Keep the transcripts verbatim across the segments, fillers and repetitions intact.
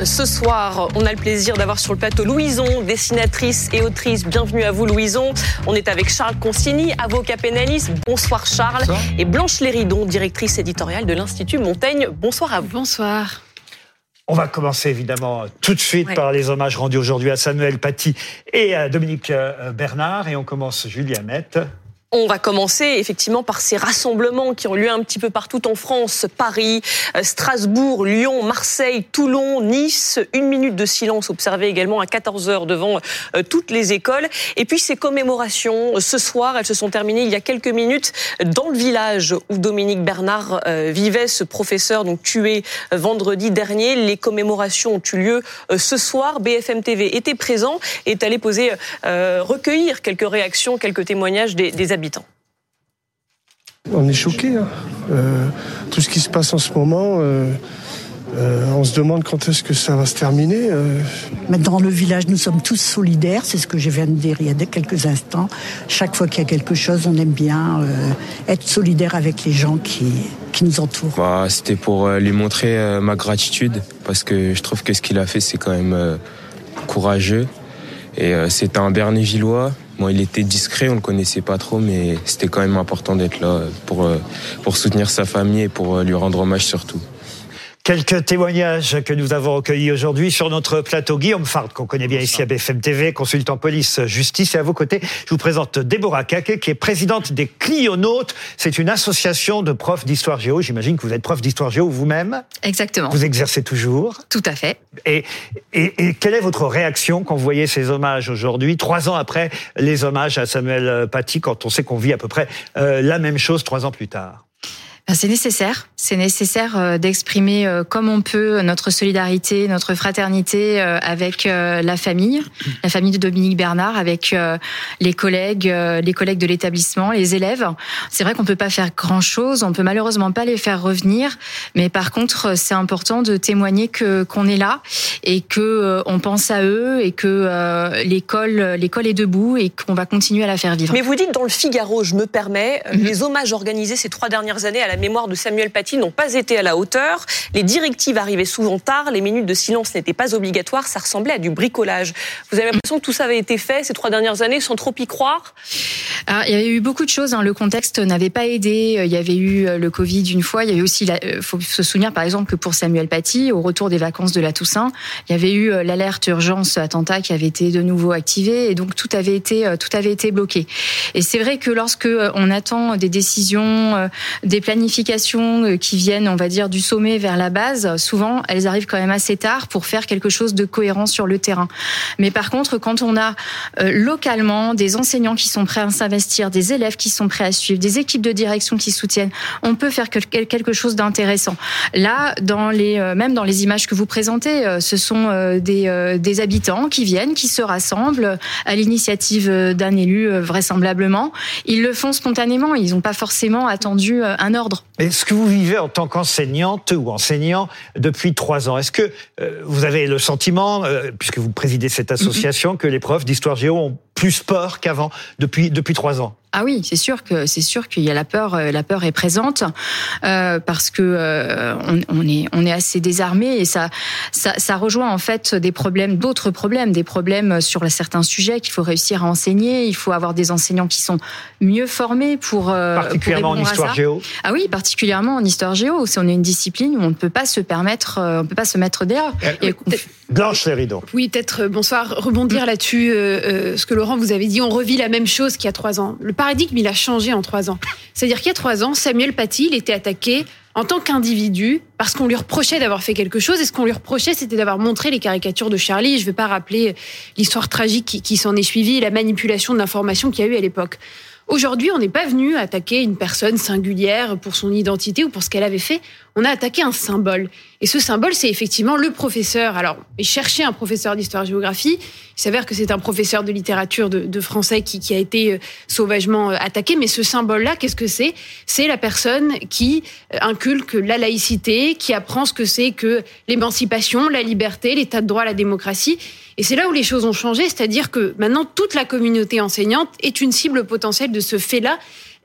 Ce soir, on a le plaisir d'avoir sur le plateau Louison, dessinatrice et autrice. Bienvenue à vous, Louison. On est avec Charles Consigny, avocat pénaliste. Bonsoir, Charles. Bonsoir. Et Blanche Léridon, directrice éditoriale de l'Institut Montaigne. Bonsoir à vous. Bonsoir. On va commencer évidemment tout de suite ouais. par les hommages rendus aujourd'hui à Samuel Paty et à Dominique Bernard. Et on commence, Julie Hamet. On va commencer effectivement par ces rassemblements qui ont lieu un petit peu partout en France. Paris, Strasbourg, Lyon, Marseille, Toulon, Nice. Une minute de silence observée également à quatorze heures devant toutes les écoles. Et puis ces commémorations, ce soir, elles se sont terminées il y a quelques minutes dans le village où Dominique Bernard vivait, ce professeur donc tué vendredi dernier. Les commémorations ont eu lieu ce soir. B F M T V était présent et est allé poser, euh, recueillir quelques réactions, quelques témoignages des, des habitants. On est choqués. Hein. Euh, tout ce qui se passe en ce moment, euh, euh, on se demande quand est-ce que ça va se terminer. Euh. Dans le village, nous sommes tous solidaires. C'est ce que je viens de dire il y a quelques instants. Chaque fois qu'il y a quelque chose, on aime bien euh, être solidaire avec les gens qui, qui nous entourent. Bah, c'était pour euh, lui montrer euh, ma gratitude, parce que je trouve que ce qu'il a fait, c'est quand même euh, courageux. Et euh, c'était un Bernévillois. Bon, il était discret, on le connaissait pas trop, mais c'était quand même important d'être là pour, pour soutenir sa famille et pour lui rendre hommage surtout. Quelques témoignages que nous avons recueillis aujourd'hui sur notre plateau. Guillaume Fard, qu'on connaît bien ici à B F M T V, consultant police-justice. Et à vos côtés, je vous présente Déborah Caquet, qui est présidente des Clionautes. C'est une association de profs d'histoire géo. J'imagine que vous êtes prof d'histoire géo vous-même. Exactement. Vous exercez toujours. Tout à fait. Et, et, et quelle est votre réaction quand vous voyez ces hommages aujourd'hui, trois ans après les hommages à Samuel Paty, quand on sait qu'on vit à peu près euh, la même chose trois ans plus tard? C'est nécessaire, c'est nécessaire d'exprimer comme on peut notre solidarité, notre fraternité avec la famille, la famille de Dominique Bernard, avec les collègues, les collègues de l'établissement, les élèves. C'est vrai qu'on peut pas faire grand-chose, on peut malheureusement pas les faire revenir, mais par contre, c'est important de témoigner que qu'on est là et que on pense à eux et que l'école, l'école est debout et qu'on va continuer à la faire vivre. Mais vous dites dans le Figaro, je me permets, mm-hmm. les hommages organisés ces trois dernières années à la La mémoire de Samuel Paty n'ont pas été à la hauteur. Les directives arrivaient souvent tard, les minutes de silence n'étaient pas obligatoires, ça ressemblait à du bricolage. Vous avez l'impression que tout ça avait été fait ces trois dernières années sans trop y croire ? Alors, il y avait eu beaucoup de choses, hein. Le contexte n'avait pas aidé. Il y avait eu le Covid une fois. Il y avait aussi, il faut se souvenir par exemple que pour Samuel Paty, au retour des vacances de la Toussaint, il y avait eu l'alerte urgence attentat qui avait été de nouveau activée et donc tout avait été, tout avait été bloqué. Et c'est vrai que lorsque on attend des décisions, des planifications qui viennent, on va dire, du sommet vers la base, souvent, elles arrivent quand même assez tard pour faire quelque chose de cohérent sur le terrain. Mais par contre, quand on a euh, localement des enseignants qui sont prêts à s'investir, des élèves qui sont prêts à suivre, des équipes de direction qui soutiennent, on peut faire quelque chose d'intéressant. Là, dans les, euh, même dans les images que vous présentez, euh, ce sont euh, des, euh, des habitants qui viennent, qui se rassemblent à l'initiative d'un élu, euh, vraisemblablement. Ils le font spontanément, ils n'ont pas forcément attendu euh, un ordre. Est-ce que vous vivez en tant qu'enseignante ou enseignant depuis trois ans? Est-ce que euh, vous avez le sentiment, euh, puisque vous présidez cette association, mm-hmm. que les profs d'histoire géo ont plus peur qu'avant depuis depuis trois ans? Ah oui, c'est sûr que c'est sûr qu'il y a la peur, la peur est présente euh, parce que euh, on, on est on est assez désarmé et ça ça ça rejoint en fait des problèmes, d'autres problèmes, des problèmes sur certains sujets qu'il faut réussir à enseigner. Il faut avoir des enseignants qui sont mieux formés pour euh, particulièrement pour en histoire géo. Ah oui, particulièrement en histoire géo. Si on est une discipline où on ne peut pas se permettre, on peut pas se mettre dehors. Et Blanche Léridon. Oui, peut-être bonsoir. Rebondir mmh. là-dessus, euh, euh, ce que Laurent vous avez dit. On revit la même chose qu'il y a trois ans. Le paradigme, il a changé en trois ans. C'est-à-dire qu'il y a trois ans, Samuel Paty, il était attaqué en tant qu'individu parce qu'on lui reprochait d'avoir fait quelque chose et ce qu'on lui reprochait, c'était d'avoir montré les caricatures de Charlie. Je ne vais pas rappeler l'histoire tragique qui, qui s'en est suivie et la manipulation de l'information qu'il y a eu à l'époque. Aujourd'hui, on n'est pas venu attaquer une personne singulière pour son identité ou pour ce qu'elle avait fait. On a attaqué un symbole. Et ce symbole, c'est effectivement le professeur. Alors, chercher un professeur d'histoire-géographie, il s'avère que c'est un professeur de littérature de, de français qui, qui a été sauvagement attaqué. Mais ce symbole-là, qu'est-ce que c'est ? C'est la personne qui inculque la laïcité, qui apprend ce que c'est que l'émancipation, la liberté, l'état de droit, la démocratie. Et c'est là où les choses ont changé, c'est-à-dire que maintenant, toute la communauté enseignante est une cible potentielle de ce fait-là.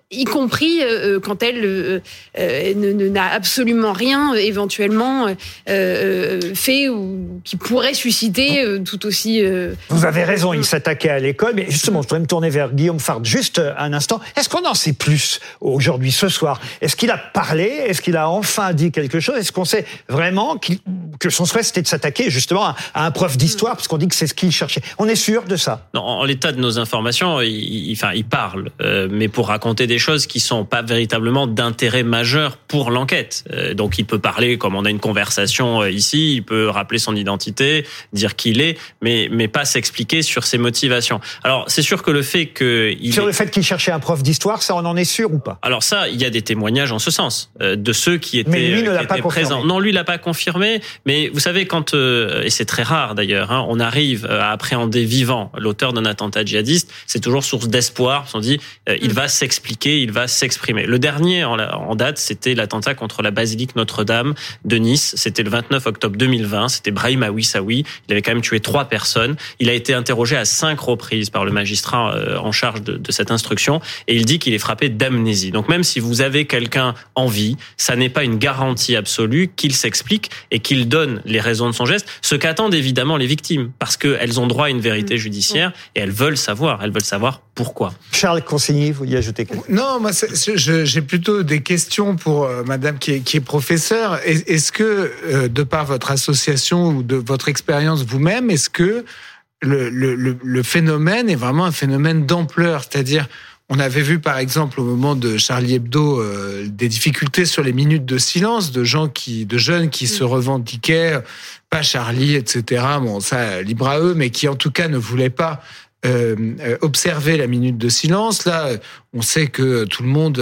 y compris euh, quand elle euh, euh, ne, ne, n'a absolument rien euh, éventuellement euh, euh, fait ou qui pourrait susciter euh, tout aussi... Euh, Vous avez raison, il s'attaquait à l'école, mais justement, je voudrais me tourner vers Guillaume Fard juste un instant. Est-ce qu'on en sait plus aujourd'hui, ce soir? Est-ce qu'il a parlé? Est-ce qu'il a enfin dit quelque chose? Est-ce qu'on sait vraiment qu'il, que son souhait c'était de s'attaquer justement à, à un prof d'histoire, parce qu'on dit que c'est ce qu'il cherchait? On est sûr de ça? Non, en l'état de nos informations, il, il, enfin, il parle, euh, mais pour raconter des choses qui sont pas véritablement d'intérêt majeur pour l'enquête. Euh, donc il peut parler comme on a une conversation euh, ici, il peut rappeler son identité, dire qui il est, mais mais pas s'expliquer sur ses motivations. Alors c'est sûr que le fait que il sur est... le fait qu'il cherchait un prof d'histoire, ça on en est sûr ou pas? Alors ça, il y a des témoignages en ce sens euh, de ceux qui étaient, mais lui ne qui l'a pas étaient confirmé. présents. Non, lui l'a pas confirmé, mais vous savez quand euh, et c'est très rare d'ailleurs, hein, on arrive à appréhender vivant l'auteur d'un attentat djihadiste, c'est toujours source d'espoir. On dit euh, il va s'expliquer, il va s'exprimer. Le dernier en, en date, c'était l'attentat contre la basilique Notre-Dame de Nice. C'était le vingt-neuf octobre deux mille vingt. C'était Brahim Awissaoui. Il avait quand même tué trois personnes. Il a été interrogé à cinq reprises par le magistrat euh, en charge de, de cette instruction, et il dit qu'il est frappé d'amnésie. Donc même si vous avez quelqu'un en vie, ça n'est pas une garantie absolue qu'il s'explique et qu'il donne les raisons de son geste. Ce qu'attendent évidemment les victimes, parce qu'elles ont droit à une vérité judiciaire et elles veulent savoir. Elles veulent savoir pourquoi. Charles Consigny, vous y ajoutez quelque chose? Non, moi, c'est, je, j'ai plutôt des questions pour euh, Madame qui est, qui est professeure. Est, est-ce que, euh, de par votre association ou de votre expérience vous-même, est-ce que le, le, le, le phénomène est vraiment un phénomène d'ampleur? C'est-à-dire, on avait vu par exemple au moment de Charlie Hebdo euh, des difficultés sur les minutes de silence de gens qui, de jeunes qui se revendiquaient, pas Charlie, et cetera. Bon, ça, libre à eux, mais qui en tout cas ne voulaient pas Euh, euh, observer la minute de silence. Là, on sait que tout le monde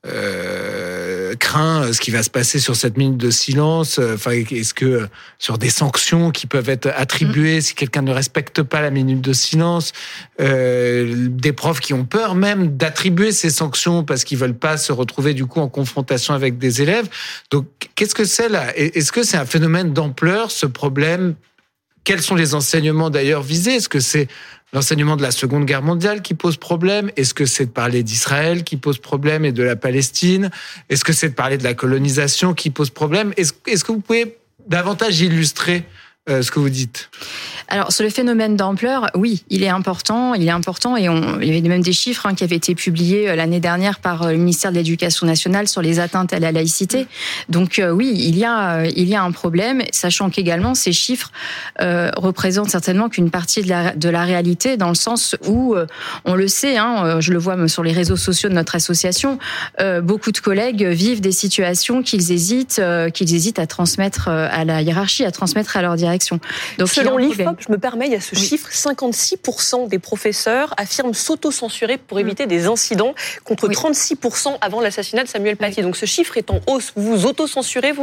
euh, craint ce qui va se passer sur cette minute de silence. Enfin, est-ce que sur des sanctions qui peuvent être attribuées si quelqu'un ne respecte pas la minute de silence, euh, des profs qui ont peur même d'attribuer ces sanctions parce qu'ils veulent pas se retrouver du coup en confrontation avec des élèves. Donc, qu'est-ce que c'est là? Est-ce que c'est un phénomène d'ampleur, ce problème? Quels sont les enseignements d'ailleurs visés? Est-ce que c'est l'enseignement de la Seconde Guerre mondiale qui pose problème? Est-ce que c'est de parler d'Israël qui pose problème et de la Palestine? Est-ce que c'est de parler de la colonisation qui pose problème? Est-ce, est-ce que vous pouvez davantage illustrer euh, ce que vous dites? Alors, sur le phénomène d'ampleur, oui, il est important, il est important, et on, il y avait même des chiffres hein, qui avaient été publiés l'année dernière par le ministère de l'Éducation nationale sur les atteintes à la laïcité. Donc, euh, oui, il y a, il y a un problème, sachant qu'également ces chiffres euh, représentent certainement qu'une partie de la, de la réalité, dans le sens où, euh, on le sait, hein, je le vois même sur les réseaux sociaux de notre association, euh, beaucoup de collègues vivent des situations qu'ils hésitent, euh, qu'ils hésitent à transmettre à la hiérarchie, à transmettre à leur direction. Donc, selon l'I F O P, je me permets, il y a ce oui. chiffre, cinquante-six pour cent des professeurs affirment s'auto-censurer pour éviter des incidents, contre oui. trente-six pour cent avant l'assassinat de Samuel Paty. Oui. Donc ce chiffre est en hausse. Vous vous auto-censurez, vous ?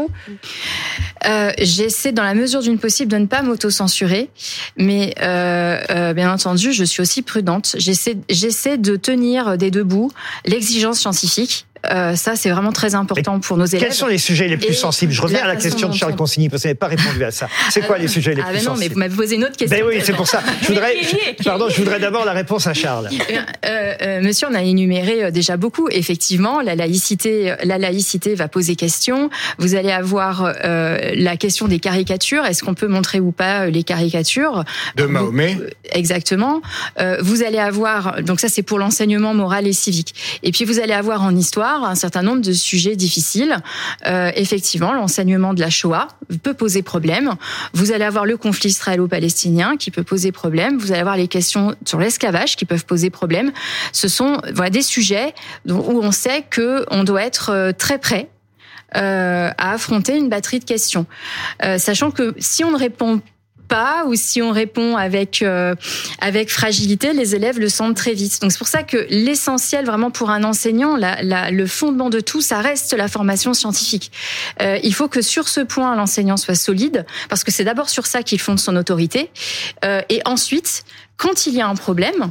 euh, J'essaie, dans la mesure d'une possible, de ne pas m'auto-censurer. Mais euh, euh, bien entendu, je suis aussi prudente. J'essaie, j'essaie de tenir des deux bouts l'exigence scientifique. Euh, ça, c'est vraiment très important pour nos élèves. Quels sont les sujets les plus sensibles? Je reviens à la question de Charles Consigny, parce que vous n'avez pas répondu à ça. C'est quoi les sujets les ah plus ben non, sensibles? mais vous m'avez posé une autre question. Ben oui, c'est pour ça. Je voudrais, je, pardon, je voudrais d'abord la réponse à Charles. Euh, euh, monsieur, on a énuméré déjà beaucoup. Effectivement, la laïcité, la laïcité va poser question. Vous allez avoir euh, la question des caricatures. Est-ce qu'on peut montrer ou pas les caricatures de Mahomet? Vous, exactement. Euh, vous allez avoir, donc ça c'est pour l'enseignement moral et civique. Et puis vous allez avoir en histoire un certain nombre de sujets difficiles. Euh, effectivement, l'enseignement de la Shoah peut poser problème. Vous allez avoir le conflit israélo-palestinien qui peut poser problème. Vous allez avoir les questions sur l'esclavage qui peuvent poser problème. Ce sont voilà, des sujets où on sait qu'on doit être très prêt euh, à affronter une batterie de questions. Euh, sachant que si on ne répond pas ou si on répond avec euh, avec fragilité, les élèves le sentent très vite. Donc c'est pour ça que l'essentiel vraiment pour un enseignant, la, la, le fondement de tout, ça reste la formation scientifique. Euh, il faut que sur ce point l'enseignant soit solide, parce que c'est d'abord sur ça qu'il fonde son autorité. Euh, et ensuite, quand il y a un problème,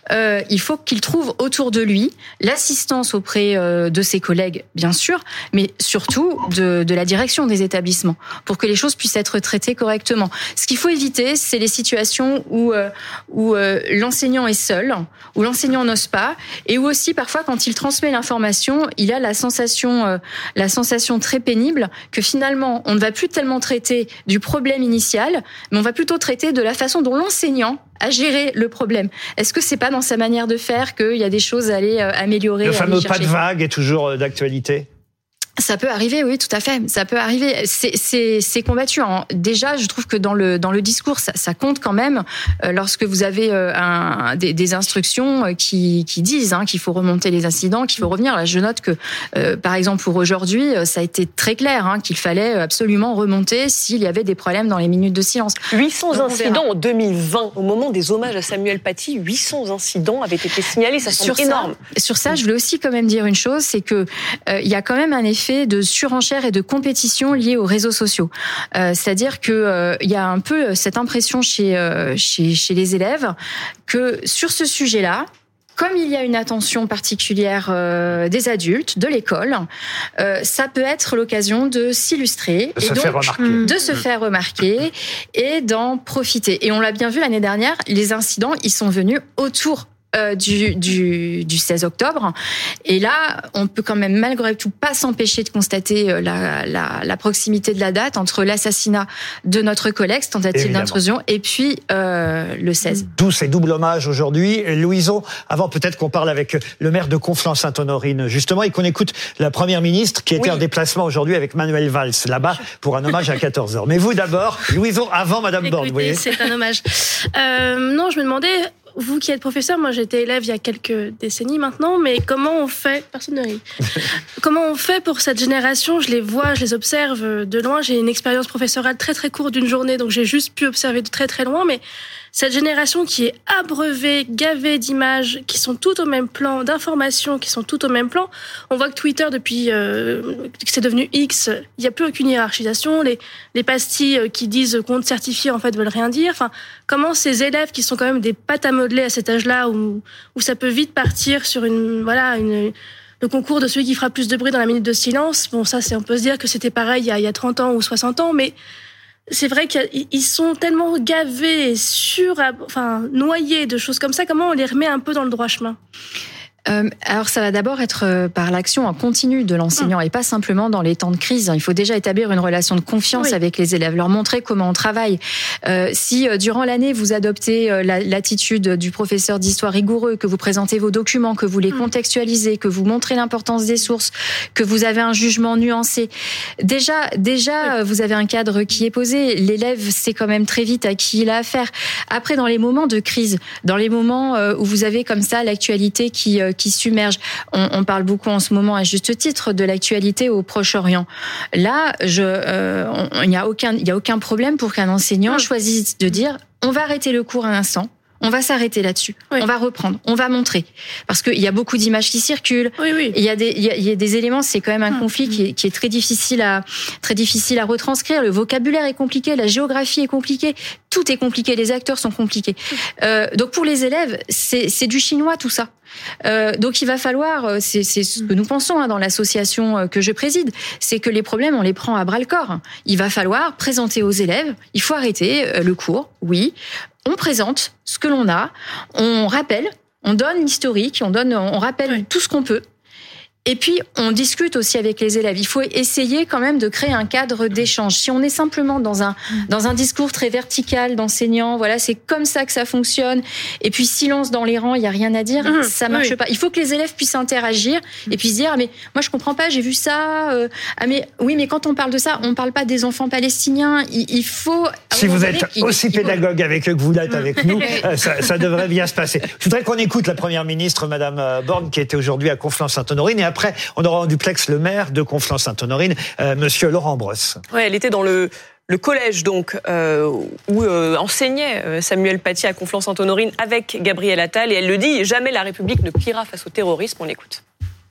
euh, il faut qu'il trouve autour de lui l'assistance auprès euh, de ses collègues, bien sûr, mais surtout de, de la direction des établissements, pour que les choses puissent être traitées correctement. Ce qu'il faut éviter, c'est les situations où, euh, où euh, l'enseignant est seul, où l'enseignant n'ose pas, et où aussi parfois quand il transmet l'information, il a la sensation, euh, la sensation très pénible que finalement on ne va plus tellement traiter du problème initial, mais on va plutôt traiter de la façon dont l'enseignant a géré le problème. Est-ce que c'est pas dans sa manière de faire qu'il y a des choses à aller améliorer? Le fameux pas de vague est toujours d'actualité? Ça peut arriver, oui, tout à fait. Ça peut arriver. C'est, c'est, c'est combattu. Hein. Déjà, je trouve que dans le dans le discours, ça, ça compte quand même euh, lorsque vous avez euh, un, des, des instructions qui qui disent hein, qu'il faut remonter les incidents, qu'il faut revenir. Là, je note que, euh, par exemple, pour aujourd'hui, ça a été très clair hein, qu'il fallait absolument remonter s'il y avait des problèmes dans les minutes de silence. huit cents incidents en deux mille vingt, au moment des hommages à Samuel Paty, huit cents incidents avaient été signalés. Ça semble sur énorme. Ça, sur ça, je voulais aussi quand même dire une chose, c'est que euh, il y a quand même un effet de surenchère et de compétition liée aux réseaux sociaux. Euh, c'est-à-dire que euh, il y a un peu cette impression chez euh, chez chez les élèves que sur ce sujet-là, comme il y a une attention particulière euh, des adultes, de l'école, euh, ça peut être l'occasion de s'illustrer de et se donc faire remarquer. de se faire remarquer et d'en profiter. Et on l'a bien vu l'année dernière, les incidents, ils sont venus autour Euh, du, du, du seize octobre. Et là, on peut quand même malgré tout pas s'empêcher de constater la, la, la proximité de la date entre l'assassinat de notre collègue, tentative Évidemment. d'intrusion, et puis euh, le seize. Tous ces doubles hommages aujourd'hui. Louison, avant peut-être qu'on parle avec le maire de Conflans-Sainte-Honorine, justement, et qu'on écoute la première ministre qui était oui. en déplacement aujourd'hui avec Manuel Valls, là-bas, pour un hommage à quatorze heures. Mais vous d'abord, Louison, avant Madame Borne, vous voyez. C'est un hommage. Euh, non, je me demandais... Vous qui êtes professeur, moi j'étais élève il y a quelques décennies maintenant, mais comment on fait, personne ne rit, comment on fait pour cette génération? Je les vois, je les observe de loin, j'ai une expérience professorale très très courte d'une journée, donc j'ai juste pu observer de très très loin, mais cette génération qui est abreuvée, gavée d'images, qui sont toutes au même plan, d'informations qui sont toutes au même plan. On voit que Twitter, depuis euh, que c'est devenu X, il n'y a plus aucune hiérarchisation. Les, les pastilles qui disent compte certifié, en fait, veulent rien dire. Enfin, comment ces élèves qui sont quand même des pâtes à modeler à cet âge-là, où, où ça peut vite partir sur une, voilà, une, le concours de celui qui fera plus de bruit dans la minute de silence. Bon, ça, c'est, on peut se dire que c'était pareil il y a, il y a trente ans ou soixante ans, mais c'est vrai qu'ils sont tellement gavés et sur, enfin, noyés de choses comme ça. Comment on les remet un peu dans le droit chemin? Euh, alors ça va d'abord être par l'action en continu de l'enseignant mmh. et pas simplement dans les temps de crise. Il faut déjà établir une relation de confiance oui. avec les élèves, leur montrer comment on travaille. Euh, si euh, durant l'année vous adoptez euh, la, l'attitude du professeur d'histoire rigoureux, que vous présentez vos documents, que vous les mmh. contextualisez, que vous montrez l'importance des sources, que vous avez un jugement nuancé, déjà, déjà oui. vous avez un cadre qui est posé. L'élève sait quand même très vite à qui il a affaire. Après, dans les moments de crise, dans les moments euh, où vous avez comme ça l'actualité qui euh, qui submerge. On, on parle beaucoup en ce moment, à juste titre, de l'actualité au Proche-Orient. Là, je, euh, il n'y a aucun, il y a aucun problème pour qu'un enseignant choisisse de dire, on va arrêter le cours un instant. On va s'arrêter là-dessus. Oui. On va reprendre. On va montrer. Parce qu'il y a beaucoup d'images qui circulent. Oui, oui. Il y a des, il y a, il y a des éléments, c'est quand même un mmh. conflit qui est, qui est très difficile à, très difficile à retranscrire. Le vocabulaire est compliqué, la géographie est compliquée. Tout est compliqué. Les acteurs sont compliqués. Euh, donc pour les élèves, c'est, c'est du chinois tout ça. Euh, donc il va falloir, c'est, c'est ce que nous pensons hein, dans l'association que je préside, c'est que les problèmes on les prend à bras le corps. Il va falloir présenter aux élèves, il faut arrêter le cours, oui, on présente ce que l'on a, on rappelle, on donne l'historique, on donne, on rappelle oui. tout ce qu'on peut. Et puis, on discute aussi avec les élèves. Il faut essayer quand même de créer un cadre d'échange. Si on est simplement dans un, dans un discours très vertical d'enseignant, voilà, c'est comme ça que ça fonctionne. Et puis, silence dans les rangs, il y a rien à dire. Mmh, ça marche oui. pas. Il faut que les élèves puissent interagir et puis se dire, ah, mais moi, je comprends pas, j'ai vu ça. Euh, ah, mais oui, mais quand on parle de ça, on parle pas des enfants palestiniens. Il, il faut. Si vous êtes aussi il, pédagogue il... avec eux que vous l'êtes avec nous, ça, ça devrait bien se passer. Je voudrais qu'on écoute la première ministre, Madame Borne, qui était aujourd'hui à Conflans-Sainte-Honorine. Et après, on aura en duplex le maire de Conflans-Sainte-Honorine, euh, Monsieur Laurent Brosse. Ouais, elle était dans le, le collège donc euh, où euh, enseignait euh, Samuel Paty à Conflans-Sainte-Honorine avec Gabriel Attal, et elle le dit, jamais la République ne pliera face au terrorisme. On l'écoute.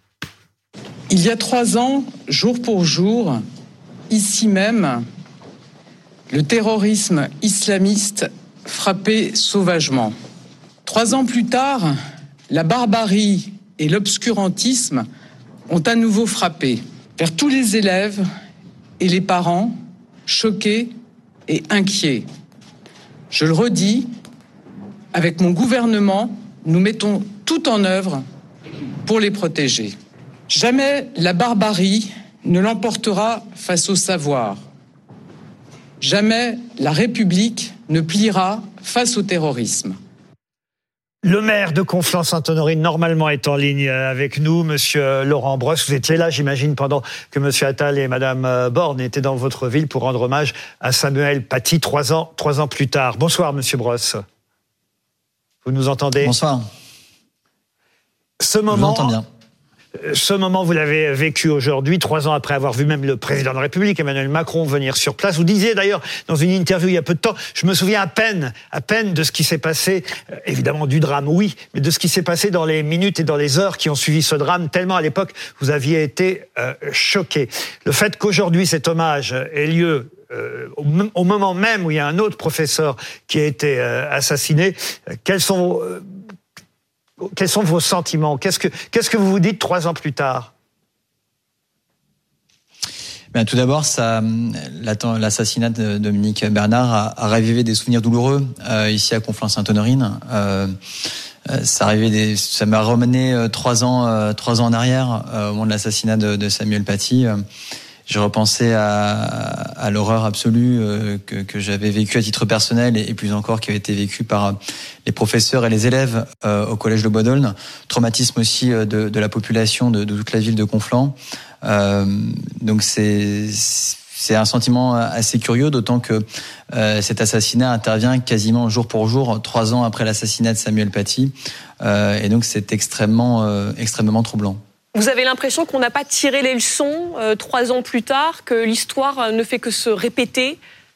Il y a trois ans, jour pour jour, ici même, le terrorisme islamiste frappait sauvagement. Trois ans plus tard, la barbarie et l'obscurantisme ont à nouveau frappé vers tous les élèves et les parents, choqués et inquiets. Je le redis, avec mon gouvernement, nous mettons tout en œuvre pour les protéger. Jamais la barbarie ne l'emportera face au savoir. Jamais la République ne pliera face au terrorisme. Le maire de Conflans-Sainte-Honorine, normalement, est en ligne avec nous. Monsieur Laurent Brosse, vous étiez là, j'imagine, pendant que monsieur Attal et madame Borne étaient dans votre ville pour rendre hommage à Samuel Paty, trois ans, trois ans plus tard. Bonsoir, monsieur Brosse. Vous nous entendez ? Bonsoir. Ce moment, Je vous entends bien. Ce moment, vous l'avez vécu aujourd'hui, trois ans après avoir vu même le président de la République, Emmanuel Macron, venir sur place. Vous disiez d'ailleurs dans une interview il y a peu de temps, je me souviens à peine, à peine de ce qui s'est passé, euh, évidemment du drame, oui, mais de ce qui s'est passé dans les minutes et dans les heures qui ont suivi ce drame, tellement à l'époque vous aviez été euh, choqué. Le fait qu'aujourd'hui cet hommage ait lieu euh, au, au moment même où il y a un autre professeur qui a été euh, assassiné, euh, quels sont... Euh, Quels sont vos sentiments ? Qu'est-ce que, qu'est-ce que vous vous dites trois ans plus tard ? Bien, tout d'abord, ça, l'assassinat de Dominique Bernard a, a ravivé des souvenirs douloureux euh, ici à Conflans-Sainte-Honorine. Euh, ça, arrivait des, ça m'a ramené euh, trois ans, euh, trois ans en arrière euh, au moment de l'assassinat de, de Samuel Paty. Euh, J'ai repensé à, à l'horreur absolue euh, que, que j'avais vécue à titre personnel et, et plus encore qui avait été vécue par les professeurs et les élèves euh, au collège de Bois d'Aulne. Traumatisme aussi de, de la population de, de toute la ville de Conflans. Euh, donc c'est, c'est un sentiment assez curieux, d'autant que euh, cet assassinat intervient quasiment jour pour jour, trois ans après l'assassinat de Samuel Paty. Euh, et donc c'est extrêmement, euh, extrêmement troublant. Vous avez l'impression qu'on n'a pas tiré les leçons euh, trois ans plus tard, que l'histoire ne fait que se répéter ?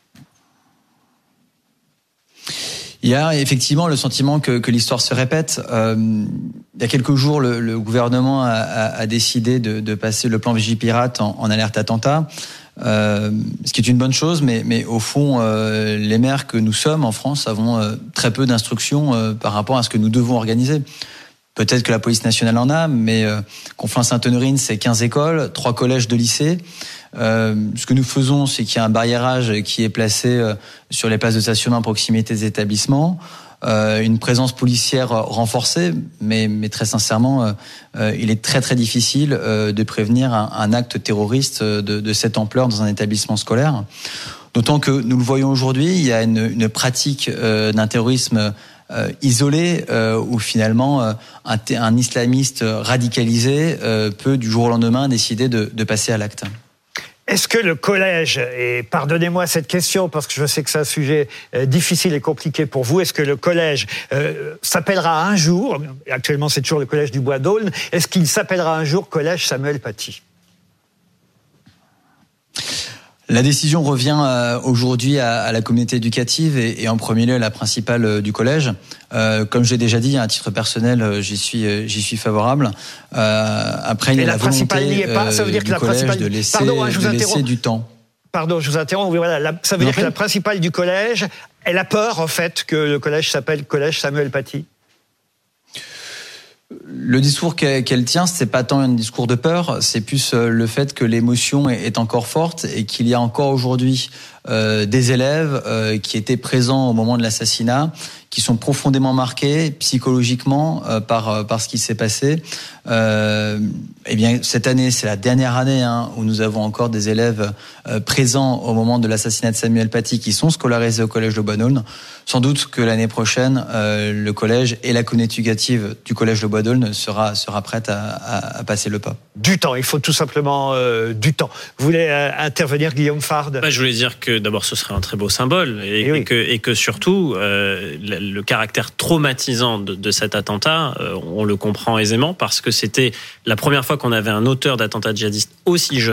Il y a effectivement le sentiment que, que l'histoire se répète. Euh, il y a quelques jours, le, le gouvernement a, a, a décidé de, de passer le plan Vigipirate en, en alerte attentat, euh, ce qui est une bonne chose, mais, mais au fond, euh, les maires que nous sommes en France avons euh, très peu d'instructions euh, par rapport à ce que nous devons organiser. Peut-être que la police nationale en a, mais euh, Conflans-Sainte-Honorine, c'est quinze écoles, trois collèges, deux lycées. Euh, ce que nous faisons, c'est qu'il y a un barriérage qui est placé euh, sur les places de stationnement à proximité des établissements, euh, une présence policière renforcée, mais, mais très sincèrement, euh, euh, il est très très difficile euh, de prévenir un, un acte terroriste de, de cette ampleur dans un établissement scolaire. D'autant que nous le voyons aujourd'hui, il y a une, une pratique euh, d'un terrorisme Euh, isolé euh, où finalement euh, un, un islamiste radicalisé euh, peut du jour au lendemain décider de, de passer à l'acte. Est-ce que le collège, et pardonnez-moi cette question parce que je sais que c'est un sujet euh, difficile et compliqué pour vous, est-ce que le collège euh, s'appellera un jour, actuellement c'est toujours le collège du Bois d'Aulne, est-ce qu'il s'appellera un jour collège Samuel Paty ? La décision revient euh, aujourd'hui à, à la communauté éducative et, et en premier lieu à la principale euh, du collège. Euh, comme j'ai déjà dit, à titre personnel, euh, j'y suis, euh, j'y suis favorable. Euh, après, il y a la, la volonté n'y est pas. Ça veut dire que la principale de laisser, Pardon, hein, je vous de laisser du temps. Pardon, je vous interromps. Oui, voilà, la, ça veut non, dire que la principale du collège, elle a peur en fait que le collège s'appelle collège Samuel Paty. Le discours qu'elle tient, c'est pas tant un discours de peur, c'est plus le fait que l'émotion est encore forte et qu'il y a encore aujourd'hui euh, des élèves euh, qui étaient présents au moment de l'assassinat, qui sont profondément marqués psychologiquement euh, par par ce qui s'est passé. Euh, eh bien, cette année, c'est la dernière année hein, où nous avons encore des élèves euh, présents au moment de l'assassinat de Samuel Paty qui sont scolarisés au collège de Bois d'Aulne. Sans doute que l'année prochaine, euh, le collège et la communauté éducative du collège de Bois d'Aulne sera sera prête à, à, à passer le pas. Du temps, il faut tout simplement euh, du temps. Vous voulez euh, intervenir, Guillaume Fard ? Bah, je voulais dire que d'abord, ce serait un très beau symbole et, et, oui. et que et que surtout euh, le, le caractère traumatisant de, de cet attentat, euh, on le comprend aisément parce que c'était la première fois qu'on avait un auteur d'attentat djihadiste aussi jeune,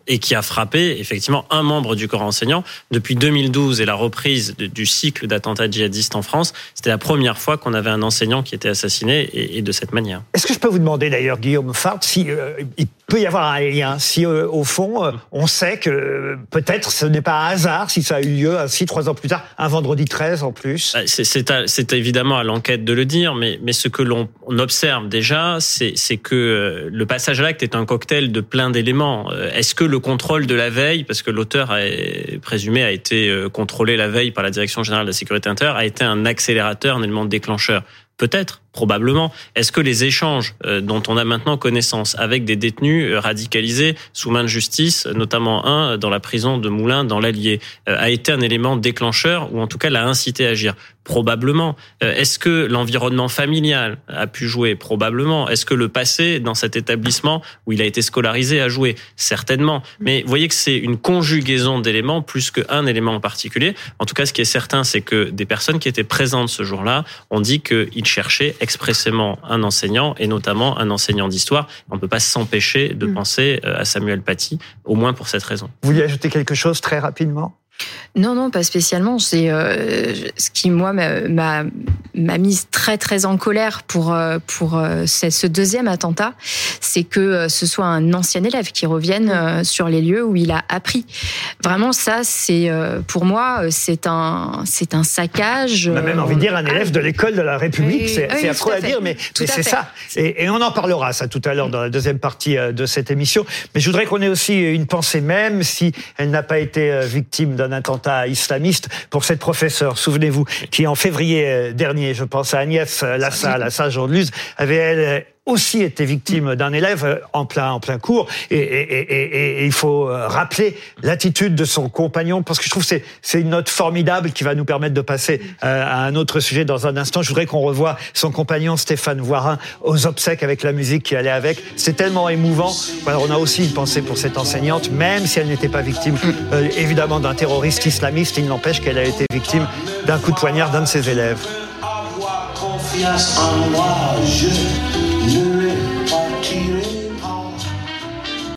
et qui a frappé effectivement un membre du corps enseignant. Depuis deux mille douze et la reprise de, du cycle d'attentats djihadistes en France, c'était la première fois qu'on avait un enseignant qui était assassiné et, et de cette manière. Est-ce que je peux vous demander d'ailleurs, Guillaume Fard, si euh, il peut y avoir un lien, si euh, au fond euh, on sait que euh, peut-être ce n'est pas un hasard si ça a eu lieu ainsi trois ans plus tard, un vendredi treize en plus. C'est, c'est, à, c'est évidemment à l'enquête de le dire, mais, mais ce que l'on observe déjà, c'est, c'est que le passage à l'acte est un cocktail de plein d'éléments. Est-ce que le contrôle de la veille, parce que l'auteur est présumé a été contrôlé la veille par la Direction générale de la sécurité intérieure, a été un accélérateur, un élément déclencheur? Peut-être, probablement. Est-ce que les échanges dont on a maintenant connaissance avec des détenus radicalisés sous main de justice, notamment un dans la prison de Moulins dans l'Allier, a été un élément déclencheur ou en tout cas l'a incité à agir? Probablement. Est-ce que l'environnement familial a pu jouer? Probablement. Est-ce que le passé dans cet établissement où il a été scolarisé a joué? Certainement. Mais vous voyez que c'est une conjugaison d'éléments plus qu'un élément en particulier. En tout cas, ce qui est certain, c'est que des personnes qui étaient présentes ce jour-là ont dit qu'ils cherchaient expressément un enseignant et notamment un enseignant d'histoire. On ne peut pas s'empêcher de mmh. penser à Samuel Paty, au moins pour cette raison. Vous vouliez ajouter quelque chose très rapidement ? Non, non, pas spécialement. C'est euh, ce qui, moi, m'a, m'a, m'a mise très, très en colère pour, pour euh, ce deuxième attentat. C'est que ce soit un ancien élève qui revienne euh, sur les lieux où il a appris. Vraiment, ça, c'est, euh, pour moi, c'est un, c'est un saccage. On a même envie de dire un élève de l'école de la République. Oui, c'est, oui, c'est affreux à, à dire, mais, mais c'est fait. ça. Et, et on en parlera, ça, tout à l'heure, dans la deuxième partie de cette émission. Mais je voudrais qu'on ait aussi une pensée, même si elle n'a pas été victime d'un attentat islamiste, pour cette professeure, souvenez-vous, qui en février dernier, je pense à Agnès Lassalle, à Saint-Jean-de-Luz, avait elle aussi été victime d'un élève en plein en plein cours et, et, et, et il faut rappeler l'attitude de son compagnon parce que je trouve que c'est c'est une note formidable qui va nous permettre de passer à un autre sujet dans un instant. Je voudrais qu'on revoie son compagnon Stéphane Voirin aux obsèques avec la musique qui allait avec. C'est tellement émouvant. Alors on a aussi une pensée pour cette enseignante, même si elle n'était pas victime euh, évidemment d'un terroriste islamiste. Il n'empêche qu'elle a été victime d'un coup de poignard d'un de ses élèves. Avoir confiance en moi, je